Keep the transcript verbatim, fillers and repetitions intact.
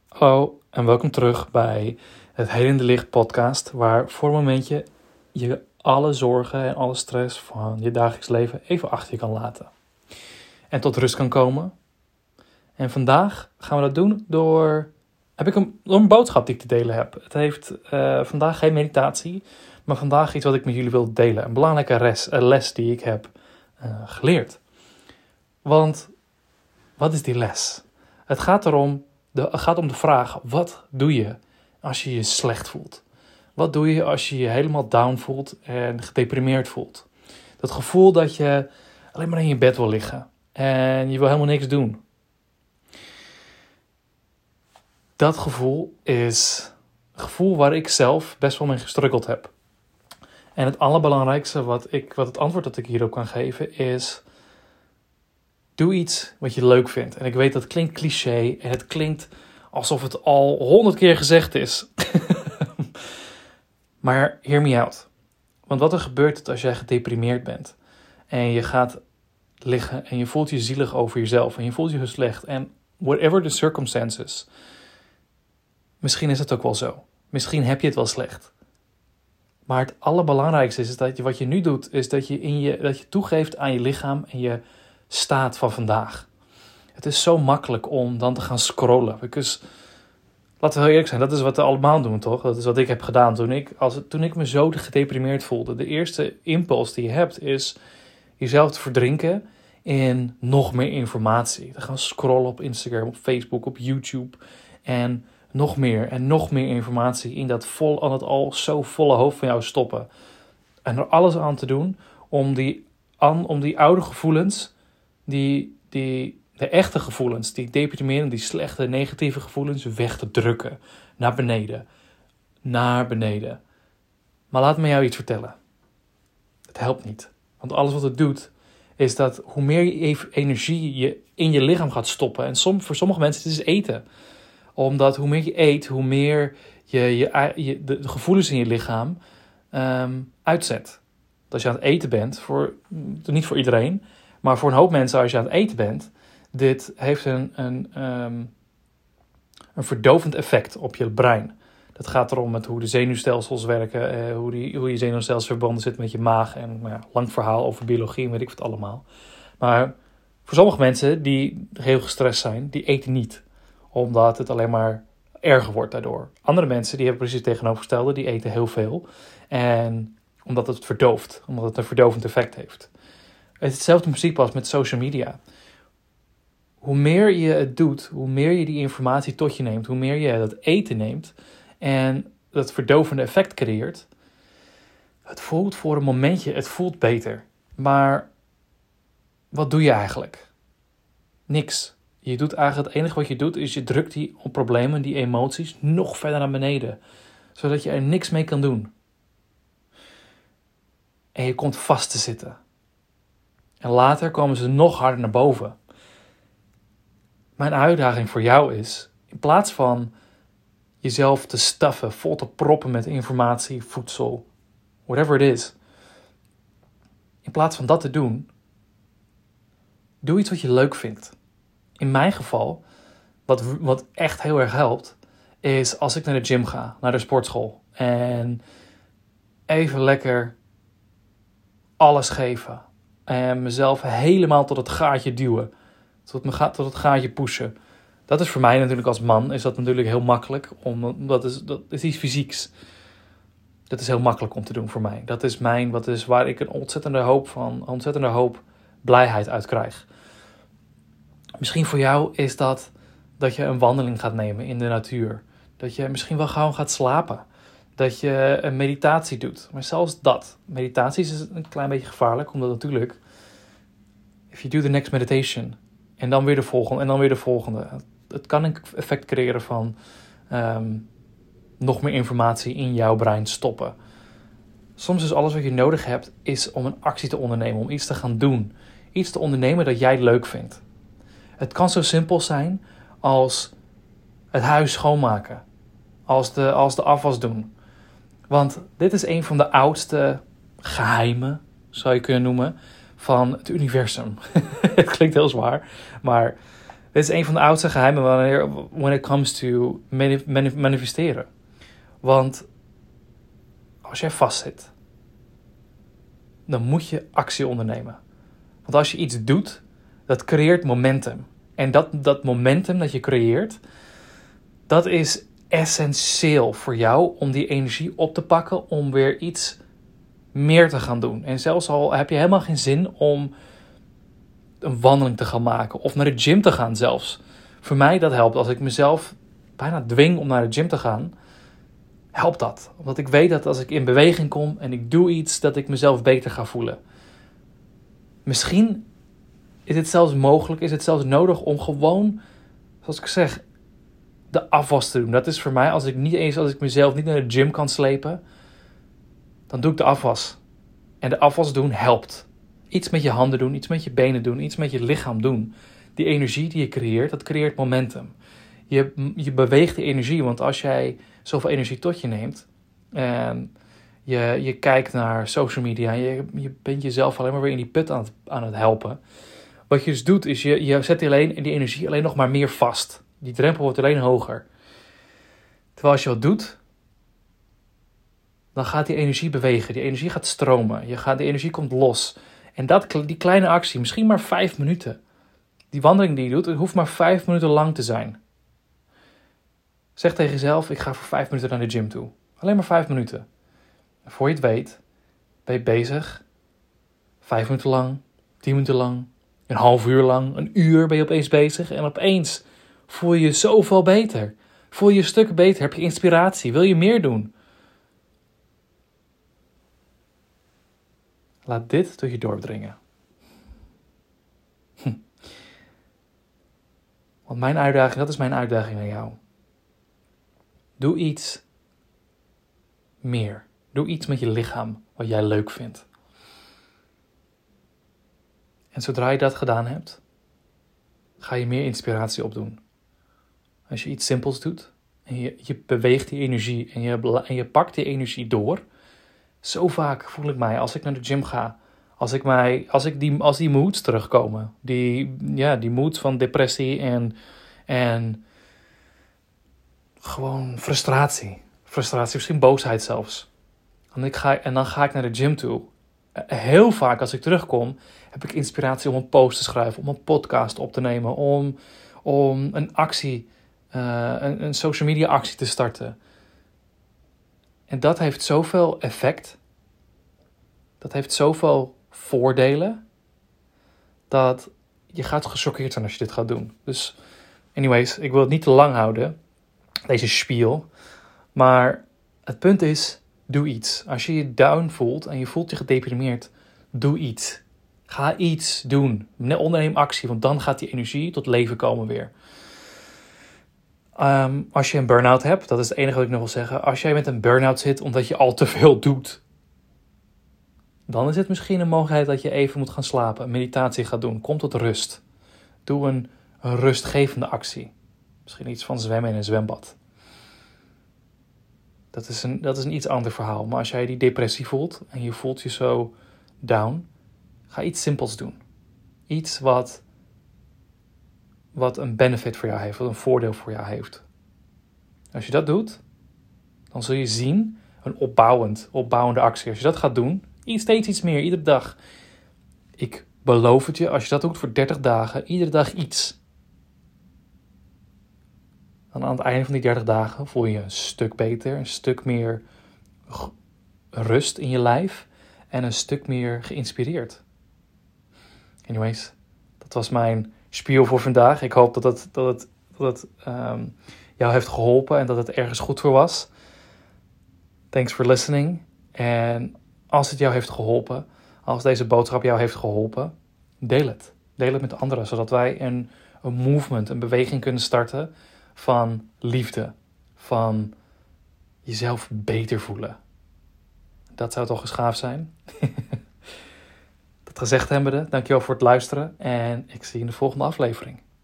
Hallo en welkom terug bij het Helende Licht podcast, waar voor een momentje je alle zorgen en alle stress van je dagelijks leven even achter je kan laten. En tot rust kan komen. En vandaag gaan we dat doen door, heb ik een, door een boodschap die ik te delen heb. Het heeft uh, vandaag geen meditatie, maar vandaag iets wat ik met jullie wil delen. Een belangrijke res, een les die ik heb uh, geleerd. Want wat is die les? Het gaat erom... De, het gaat om de vraag, wat doe je als je je slecht voelt? Wat doe je als je je helemaal down voelt en gedeprimeerd voelt? Dat gevoel dat je alleen maar in je bed wil liggen en je wil helemaal niks doen. Dat gevoel is een gevoel waar ik zelf best wel mee gestruggeld heb. En het allerbelangrijkste wat, ik, wat het antwoord dat ik hierop kan geven is... Doe iets wat je leuk vindt. En ik weet dat klinkt cliché en het klinkt alsof het al honderd keer gezegd is. Maar hear me out. Want wat er gebeurt als jij gedeprimeerd bent en je gaat liggen en je voelt je zielig over jezelf en je voelt je slecht en whatever the circumstances. Misschien is het ook wel zo. Misschien heb je het wel slecht. Maar het allerbelangrijkste is dat je, wat je nu doet, is dat je, in je, dat je toegeeft aan je lichaam en je staat van vandaag. Het is zo makkelijk om dan te gaan scrollen. Because, laten we heel eerlijk zijn, dat is wat we allemaal doen, toch? Dat is wat ik heb gedaan toen ik, als, toen ik me zo gedeprimeerd voelde. De eerste impuls die je hebt is jezelf te verdrinken in nog meer informatie. Te gaan scrollen op Instagram, op Facebook, op YouTube. En nog meer en nog meer informatie in dat, vol, aan het al zo volle hoofd van jou stoppen. En er alles aan te doen om die, aan, om die oude gevoelens... Die, die, de echte gevoelens, die deprimerende, die slechte, negatieve gevoelens weg te drukken. Naar beneden. Naar beneden. Maar laat me jou iets vertellen. Het helpt niet. Want alles wat het doet, is dat hoe meer je energie je in je lichaam gaat stoppen. En som, voor sommige mensen is het eten. Omdat hoe meer je eet, hoe meer je, je, je de, de gevoelens in je lichaam um, uitzet. Dat als je aan het eten bent, voor, niet voor iedereen... Maar voor een hoop mensen, als je aan het eten bent, dit heeft een, een, um, een verdovend effect op je brein. Dat gaat erom met hoe de zenuwstelsels werken, eh, hoe, die, hoe je zenuwstelsels verbonden zitten met je maag. En nou ja, lang verhaal over biologie en weet ik wat allemaal. Maar voor sommige mensen die heel gestrest zijn, die eten niet. Omdat het alleen maar erger wordt daardoor. Andere mensen, die hebben precies het tegenovergestelde, die eten heel veel. En omdat het verdooft, omdat het een verdovend effect heeft. Het is hetzelfde principe als met social media. Hoe meer je het doet, hoe meer je die informatie tot je neemt, hoe meer je dat eten neemt en dat verdovende effect creëert. Het voelt voor een momentje, het voelt beter. Maar wat doe je eigenlijk? Niks. Je doet eigenlijk, het enige wat je doet is je drukt die problemen, die emoties nog verder naar beneden. Zodat je er niks mee kan doen. En je komt vast te zitten. En later komen ze nog harder naar boven. Mijn uitdaging voor jou is, in plaats van jezelf te stuffen, vol te proppen met informatie, voedsel, whatever it is. In plaats van dat te doen, doe iets wat je leuk vindt. In mijn geval, wat, wat echt heel erg helpt, is als ik naar de gym ga, naar de sportschool. En even lekker alles geven. En mezelf helemaal tot het gaatje duwen. Tot, me ga, tot het gaatje pushen. Dat is voor mij natuurlijk als man, is dat natuurlijk heel makkelijk. Om, dat, is, dat is iets fysieks. Dat is heel makkelijk om te doen voor mij. Dat is mijn, wat is waar ik een ontzettende hoop van, ontzettende hoop blijheid uit krijg. Misschien voor jou is dat dat je een wandeling gaat nemen in de natuur. Dat je misschien wel gewoon gaat slapen. Dat je een meditatie doet. Maar zelfs dat. Meditatie is een klein beetje gevaarlijk. Omdat natuurlijk... If you do the next meditation. En dan weer de volgende. En dan weer de volgende. Het kan een effect creëren van... Um, nog meer informatie in jouw brein stoppen. Soms is alles wat je nodig hebt... Is om een actie te ondernemen. Om iets te gaan doen. Iets te ondernemen dat jij leuk vindt. Het kan zo simpel zijn als... Het huis schoonmaken. Als de, als de afwas doen. Want dit is een van de oudste geheimen, zou je kunnen noemen, van het universum. Het klinkt heel zwaar, maar Dit is een van de oudste geheimen wanneer, when it comes to manif- manif- manifesteren. Want als jij vastzit, dan moet je actie ondernemen. Want als je iets doet, dat creëert momentum. En dat, dat momentum dat je creëert, dat is essentieel voor jou om die energie op te pakken om weer iets meer te gaan doen. En zelfs al heb je helemaal geen zin om een wandeling te gaan maken of naar de gym te gaan zelfs. Voor mij dat helpt. Als ik mezelf bijna dwing om naar de gym te gaan, helpt dat. Omdat ik weet dat als ik in beweging kom en ik doe iets, dat ik mezelf beter ga voelen. Misschien is het zelfs mogelijk, is het zelfs nodig om gewoon, zoals ik zeg, de afwas te doen. Dat is voor mij, als ik niet eens, als ik mezelf niet naar de gym kan slepen, dan doe ik de afwas. En de afwas doen helpt. Iets met je handen doen, iets met je benen doen, iets met je lichaam doen. Die energie die je creëert, dat creëert momentum. Je, je beweegt die energie, want als jij zoveel energie tot je neemt en je, je kijkt naar social media en je, je bent jezelf alleen maar weer in die put aan het, aan het helpen. Wat je dus doet, is je, je zet die, alleen, die energie alleen nog maar meer vast. Die drempel wordt alleen hoger. Terwijl als je wat doet, dan gaat die energie bewegen. Die energie gaat stromen. Je gaat, die energie komt los. En dat, die kleine actie, misschien maar vijf minuten. Die wandeling die je doet, het hoeft maar vijf minuten lang te zijn. Zeg tegen jezelf, ik ga voor vijf minuten naar de gym toe. Alleen maar vijf minuten. En voor je het weet, ben je bezig. Vijf minuten lang, tien minuten lang, een half uur lang, een uur ben je opeens bezig. En opeens voel je je zoveel beter. Voel je je stukken beter, heb je inspiratie, wil je meer doen. Laat dit tot je doordringen. Hm. Want mijn uitdaging, dat is mijn uitdaging aan jou. Doe iets meer. Doe iets met je lichaam wat jij leuk vindt. En zodra je dat gedaan hebt, ga je meer inspiratie opdoen. Als je iets simpels doet en je, je beweegt die energie en je, en je pakt die energie door. Zo vaak voel ik mij als ik naar de gym ga. Als ik, mij, als ik die, als die moods terugkomen. Die, ja, die moods van depressie en, en gewoon frustratie. Frustratie, misschien boosheid zelfs. En, ik ga, en dan ga ik naar de gym toe. Heel vaak als ik terugkom, heb ik inspiratie om een post te schrijven, om een podcast op te nemen, om, om een actie, uh, een, een social media actie te starten. En dat heeft zoveel effect. Dat heeft zoveel voordelen. Dat je gaat gechoqueerd zijn als je dit gaat doen. Dus anyways, ik wil het niet te lang houden. Deze spiel. Maar het punt is, doe iets. Als je je down voelt en je voelt je gedeprimeerd, doe iets. Ga iets doen. Onderneem actie, want dan gaat die energie tot leven komen weer. Um, als je een burn-out hebt, dat is het enige wat ik nog wil zeggen. Als jij met een burn-out zit omdat je al te veel doet, dan is het misschien een mogelijkheid dat je even moet gaan slapen. Meditatie gaat doen. Kom tot rust. Doe een, een rustgevende actie. Misschien iets van zwemmen in een zwembad. Dat is, een, dat is een iets ander verhaal. Maar als jij die depressie voelt en je voelt je zo down, ga iets simpels doen. Iets wat, wat een benefit voor jou heeft, wat een voordeel voor jou heeft. Als je dat doet, dan zul je zien een opbouwend, opbouwende actie. Als je dat gaat doen, iets, steeds iets meer, iedere dag. Ik beloof het je, als je dat doet voor dertig dagen, iedere dag iets. Dan aan het einde van die dertig dagen voel je je een stuk beter, een stuk meer rust in je lijf en een stuk meer geïnspireerd. Anyways, dat was mijn spiel voor vandaag. Ik hoop dat het, dat het, dat het um, jou heeft geholpen en dat het ergens goed voor was. Thanks for listening. En als het jou heeft geholpen, als deze boodschap jou heeft geholpen, deel het. Deel het met anderen, zodat wij een, een movement, een beweging kunnen starten van liefde, van jezelf beter voelen. Dat zou toch eens gaaf zijn? Dat gezegd hebbende, dankjewel voor het luisteren en ik zie je in de volgende aflevering.